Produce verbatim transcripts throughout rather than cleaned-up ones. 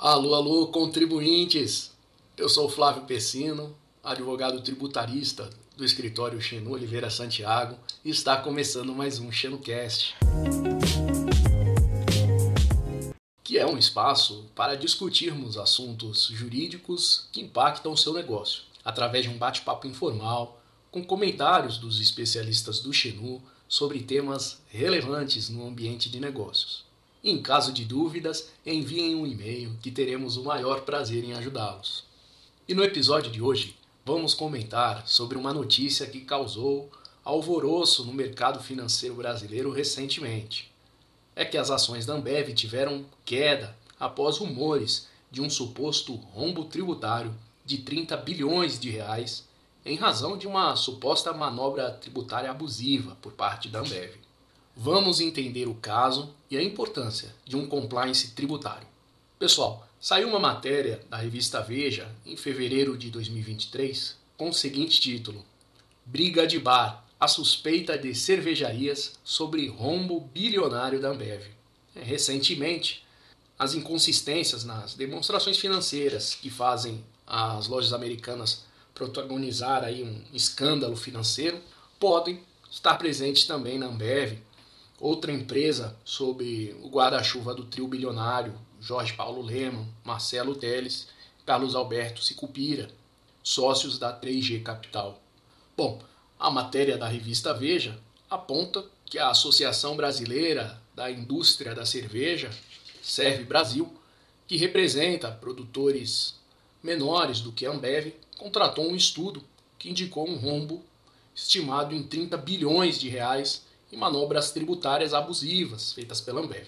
Alô, alô, contribuintes! Eu sou o Flávio Pessino, advogado tributarista do escritório Xenu Oliveira Santiago, e está começando mais um XenuCast, que é um espaço para discutirmos assuntos jurídicos que impactam o seu negócio, através de um bate-papo informal, com comentários dos especialistas do Xenu sobre temas relevantes no ambiente de negócios. Em caso de dúvidas, enviem um e-mail que teremos o maior prazer em ajudá-los. E no episódio de hoje, vamos comentar sobre uma notícia que causou alvoroço no mercado financeiro brasileiro recentemente. É que as ações da Ambev tiveram queda após rumores de um suposto rombo tributário de trinta bilhões de reais em razão de uma suposta manobra tributária abusiva por parte da Ambev. Vamos entender o caso e a importância de um compliance tributário. Pessoal, saiu uma matéria da revista Veja em fevereiro de dois mil e vinte e três com o seguinte título: Briga de bar, a suspeita de cervejarias sobre rombo bilionário da Ambev. Recentemente, as inconsistências nas demonstrações financeiras que fazem as lojas americanas protagonizar aí um escândalo financeiro podem estar presentes também na Ambev, outra empresa sob o guarda-chuva do trio bilionário Jorge Paulo Lemann, Marcelo Telles, Carlos Alberto Sicupira, sócios da três G Capital. Bom, a matéria da revista Veja aponta que a Associação Brasileira da Indústria da Cerveja, Serve Brasil, que representa produtores menores do que a Ambev, contratou um estudo que indicou um rombo estimado em trinta bilhões de reais em manobras tributárias abusivas feitas pela Ambev.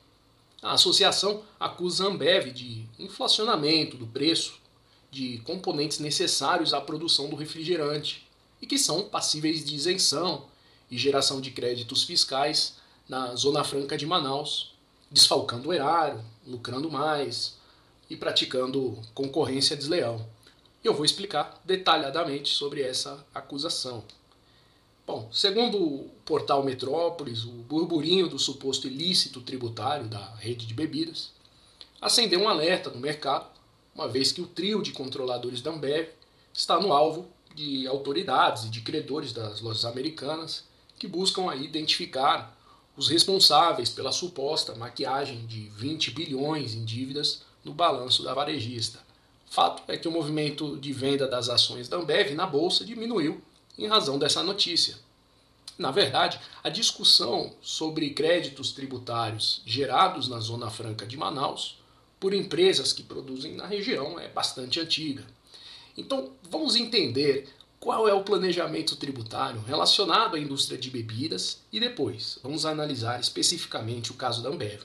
A associação acusa a Ambev de inflacionamento do preço de componentes necessários à produção do refrigerante e que são passíveis de isenção e geração de créditos fiscais na Zona Franca de Manaus, desfalcando o erário, lucrando mais e praticando concorrência desleal. Eu vou explicar detalhadamente sobre essa acusação. Bom, segundo o portal Metrópolis, o burburinho do suposto ilícito tributário da rede de bebidas acendeu um alerta no mercado, uma vez que o trio de controladores da Ambev está no alvo de autoridades e de credores das lojas americanas que buscam aí identificar os responsáveis pela suposta maquiagem de vinte bilhões em dívidas no balanço da varejista. Fato é que o movimento de venda das ações da Ambev na bolsa diminuiu em razão dessa notícia. Na verdade, a discussão sobre créditos tributários gerados na Zona Franca de Manaus por empresas que produzem na região é bastante antiga. Então, vamos entender qual é o planejamento tributário relacionado à indústria de bebidas e depois vamos analisar especificamente o caso da Ambev.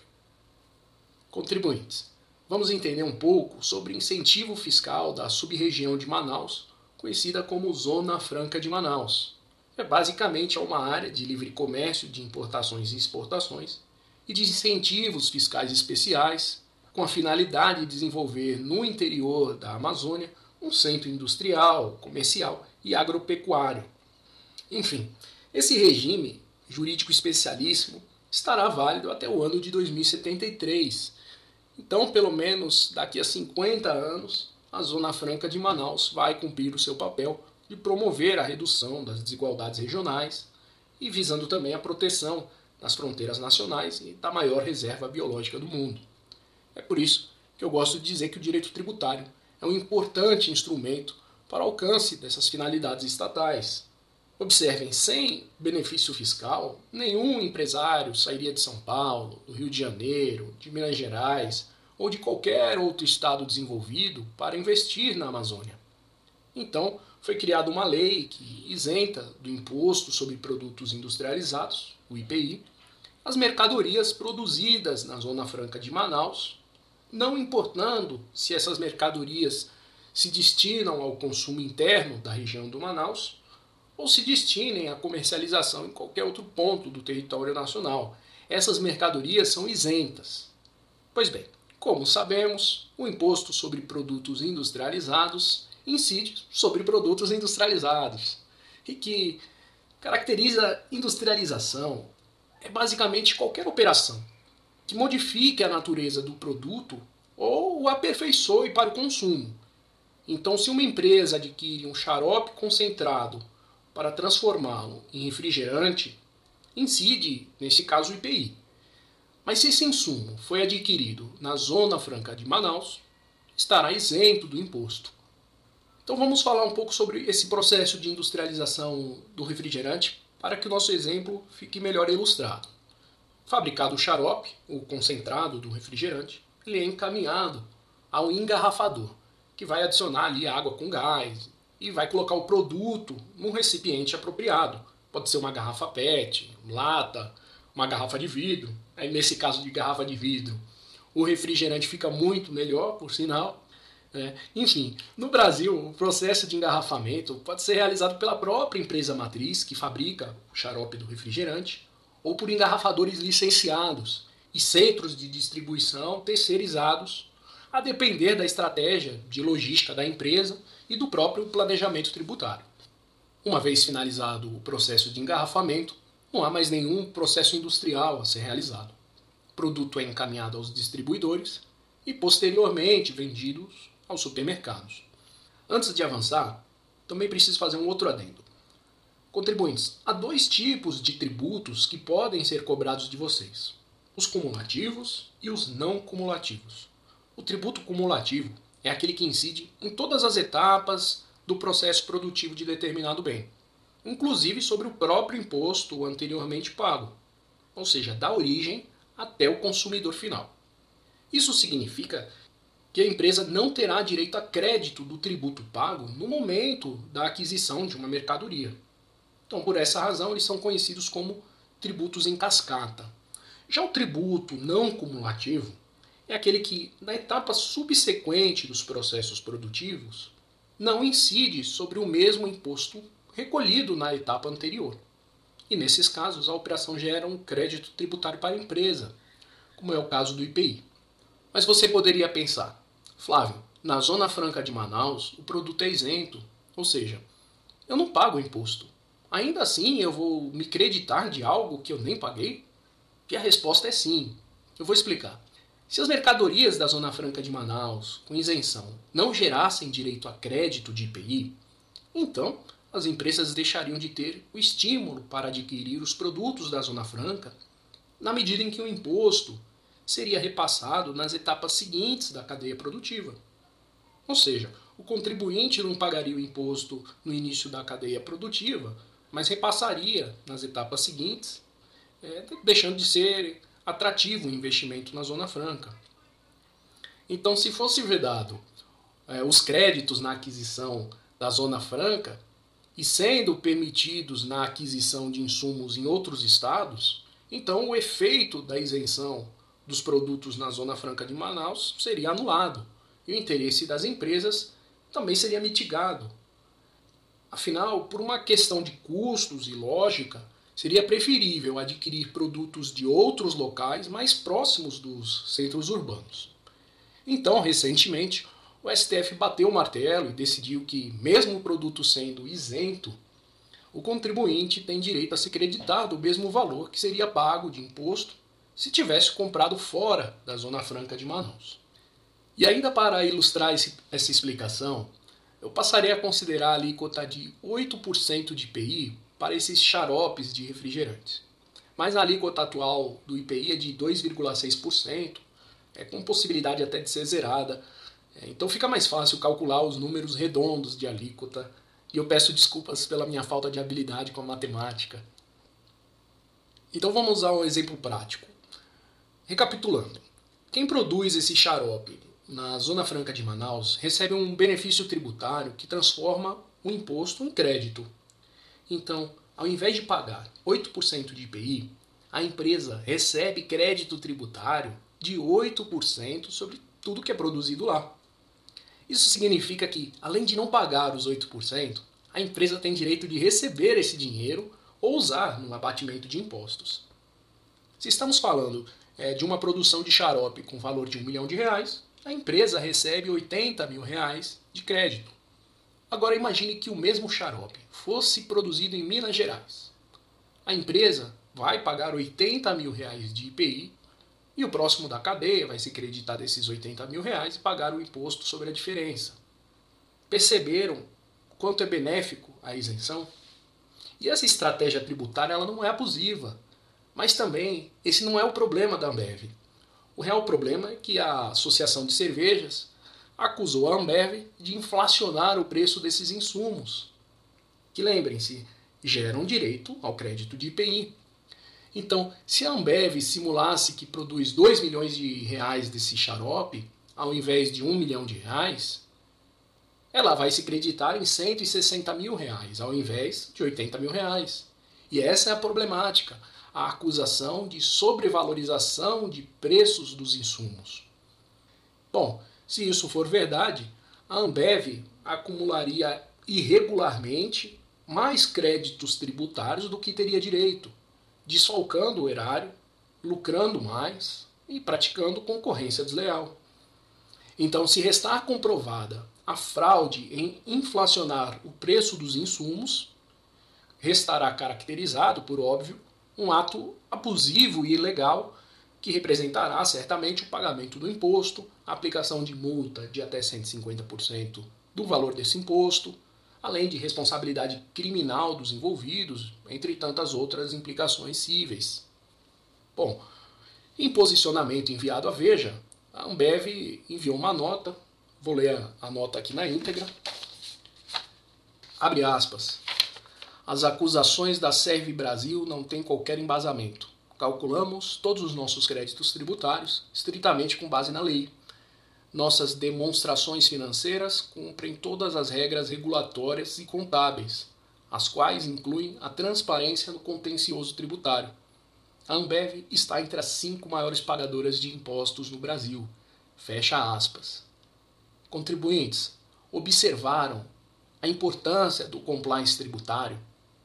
Contribuintes, vamos entender um pouco sobre o incentivo fiscal da sub-região de Manaus, conhecida como Zona Franca de Manaus. É basicamente uma área de livre comércio de importações e exportações e de incentivos fiscais especiais, com a finalidade de desenvolver no interior da Amazônia um centro industrial, comercial e agropecuário. Enfim, esse regime jurídico especialíssimo estará válido até o ano de dois mil e setenta e três. Então, pelo menos daqui a cinquenta anos, a Zona Franca de Manaus vai cumprir o seu papel de promover a redução das desigualdades regionais e visando também a proteção das fronteiras nacionais e da maior reserva biológica do mundo. É por isso que eu gosto de dizer que o direito tributário é um importante instrumento para o alcance dessas finalidades estatais. Observem, sem benefício fiscal, nenhum empresário sairia de São Paulo, do Rio de Janeiro, de Minas Gerais ou de qualquer outro estado desenvolvido para investir na Amazônia. Então, foi criada uma lei que isenta do imposto sobre produtos industrializados, o I P I, as mercadorias produzidas na Zona Franca de Manaus, não importando se essas mercadorias se destinam ao consumo interno da região do Manaus ou se destinem à comercialização em qualquer outro ponto do território nacional. Essas mercadorias são isentas. Pois bem, como sabemos, o imposto sobre produtos industrializados incide sobre produtos industrializados. E que caracteriza industrialização é basicamente qualquer operação que modifique a natureza do produto ou ou o aperfeiçoe para o consumo. Então, se uma empresa adquire um xarope concentrado para transformá-lo em refrigerante, incide, nesse caso, o I P I. Mas se esse insumo foi adquirido na Zona Franca de Manaus, estará isento do imposto. Então vamos falar um pouco sobre esse processo de industrialização do refrigerante para que o nosso exemplo fique melhor ilustrado. Fabricado o xarope, o concentrado do refrigerante, ele é encaminhado ao engarrafador, que vai adicionar ali água com gás e vai colocar o produto num recipiente apropriado. Pode ser uma garrafa P E T, lata, uma garrafa de vidro. Aí, nesse caso de garrafa de vidro, o refrigerante fica muito melhor, por sinal. É. Enfim, no Brasil, o processo de engarrafamento pode ser realizado pela própria empresa matriz que fabrica o xarope do refrigerante ou por engarrafadores licenciados e centros de distribuição terceirizados, a depender da estratégia de logística da empresa e do próprio planejamento tributário. Uma vez finalizado o processo de engarrafamento, não há mais nenhum processo industrial a ser realizado. O produto é encaminhado aos distribuidores e posteriormente vendidos aos supermercados. Antes de avançar, também preciso fazer um outro adendo. Contribuintes, há dois tipos de tributos que podem ser cobrados de vocês: os cumulativos e os não cumulativos. O tributo cumulativo é aquele que incide em todas as etapas do processo produtivo de determinado bem, inclusive sobre o próprio imposto anteriormente pago, ou seja, da origem até o consumidor final. Isso significa que a empresa não terá direito a crédito do tributo pago no momento da aquisição de uma mercadoria. Então, por essa razão, eles são conhecidos como tributos em cascata. Já o tributo não cumulativo é aquele que, na etapa subsequente dos processos produtivos, não incide sobre o mesmo imposto recolhido na etapa anterior. E, nesses casos, a operação gera um crédito tributário para a empresa, como é o caso do I P I. Mas você poderia pensar: Flávio, na Zona Franca de Manaus, o produto é isento, ou seja, eu não pago imposto. Ainda assim, eu vou me creditar de algo que eu nem paguei? E a resposta é sim. Eu vou explicar. Se as mercadorias da Zona Franca de Manaus, com isenção, não gerassem direito a crédito de I P I, então as empresas deixariam de ter o estímulo para adquirir os produtos da Zona Franca, na medida em que o imposto seria repassado nas etapas seguintes da cadeia produtiva. Ou seja, o contribuinte não pagaria o imposto no início da cadeia produtiva, mas repassaria nas etapas seguintes, é, deixando de ser atrativo o investimento na Zona Franca. Então, se fosse vedado é, os créditos na aquisição da Zona Franca e sendo permitidos na aquisição de insumos em outros estados, então o efeito da isenção dos produtos na Zona Franca de Manaus seria anulado e o interesse das empresas também seria mitigado. Afinal, por uma questão de custos e lógica, seria preferível adquirir produtos de outros locais mais próximos dos centros urbanos. Então, recentemente, o S T F bateu o martelo e decidiu que, mesmo o produto sendo isento, o contribuinte tem direito a ser creditado o mesmo valor que seria pago de imposto se tivesse comprado fora da Zona Franca de Manaus. E ainda para ilustrar esse, essa explicação, eu passarei a considerar a alíquota de oito por cento de I P I para esses xaropes de refrigerantes. Mas a alíquota atual do I P I é de dois vírgula seis por cento, é, com possibilidade até de ser zerada. É, então fica mais fácil calcular os números redondos de alíquota, e eu peço desculpas pela minha falta de habilidade com a matemática. Então vamos ao exemplo prático. Recapitulando, quem produz esse xarope na Zona Franca de Manaus recebe um benefício tributário que transforma o imposto em crédito. Então, ao invés de pagar oito por cento de I P I, a empresa recebe crédito tributário de oito por cento sobre tudo que é produzido lá. Isso significa que, além de não pagar os oito por cento, a empresa tem direito de receber esse dinheiro ou usar no abatimento de impostos. Se estamos falando é, de uma produção de xarope com valor de um milhão de reais, a empresa recebe oitenta mil reais de crédito. Agora imagine que o mesmo xarope fosse produzido em Minas Gerais. A empresa vai pagar oitenta mil reais de I P I, E o próximo da cadeia vai se creditar desses oitenta mil reais e pagar o imposto sobre a diferença. Perceberam quanto é benéfico a isenção? E essa estratégia tributária ela não é abusiva, mas também esse não é o problema da Ambev. O real problema é que a Associação de Cervejas acusou a Ambev de inflacionar o preço desses insumos, que, lembrem-se, geram direito ao crédito de I P I. Então, se a Ambev simulasse que produz dois milhões de reais desse xarope, ao invés de um milhão de reais, ela vai se creditar em cento e sessenta mil reais, ao invés de oitenta mil reais. E essa é a problemática, a acusação de sobrevalorização de preços dos insumos. Bom, se isso for verdade, a Ambev acumularia irregularmente mais créditos tributários do que teria direito, desfalcando o erário, lucrando mais e praticando concorrência desleal. Então, se restar comprovada a fraude em inflacionar o preço dos insumos, restará caracterizado, por óbvio, um ato abusivo e ilegal que representará certamente o pagamento do imposto, a aplicação de multa de até cento e cinquenta por cento do valor desse imposto, além de responsabilidade criminal dos envolvidos, entre tantas outras implicações cíveis. Bom, em posicionamento enviado à Veja, a Ambev enviou uma nota, vou ler a nota aqui na íntegra. Abre aspas. As acusações da Serve Brasil não têm qualquer embasamento. Calculamos todos os nossos créditos tributários estritamente com base na lei. Nossas demonstrações financeiras cumprem todas as regras regulatórias e contábeis, as quais incluem a transparência no contencioso tributário. A Ambev está entre as cinco maiores pagadoras de impostos no Brasil. Fecha aspas. Contribuintes observaram a importância do compliance tributário.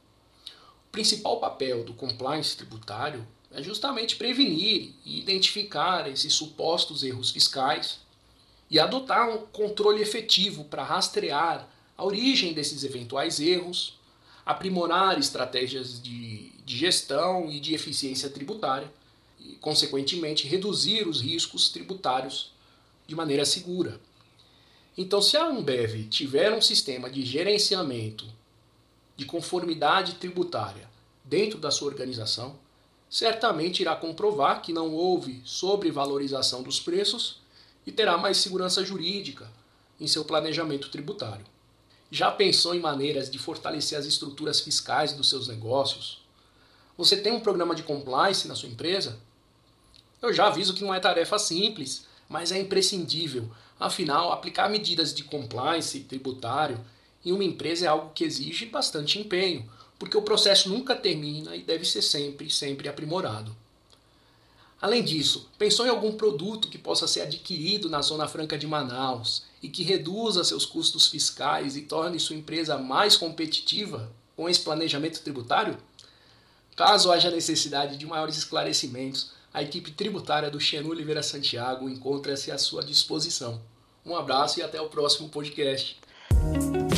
O principal papel do compliance tributário é justamente prevenir e identificar esses supostos erros fiscais e adotar um controle efetivo para rastrear a origem desses eventuais erros, aprimorar estratégias de, de gestão e de eficiência tributária e, consequentemente, reduzir os riscos tributários de maneira segura. Então, se a Ambev tiver um sistema de gerenciamento de conformidade tributária dentro da sua organização, certamente irá comprovar que não houve sobrevalorização dos preços e terá mais segurança jurídica em seu planejamento tributário. Já pensou em maneiras de fortalecer as estruturas fiscais dos seus negócios? Você tem um programa de compliance na sua empresa? Eu já aviso que não é tarefa simples, mas é imprescindível. Afinal, aplicar medidas de compliance tributário em uma empresa é algo que exige bastante empenho, porque o processo nunca termina e deve ser sempre, sempre aprimorado. Além disso, pensou em algum produto que possa ser adquirido na Zona Franca de Manaus e que reduza seus custos fiscais e torne sua empresa mais competitiva com esse planejamento tributário? Caso haja necessidade de maiores esclarecimentos, a equipe tributária do Xenu Oliveira Santiago encontra-se à sua disposição. Um abraço e até o próximo podcast.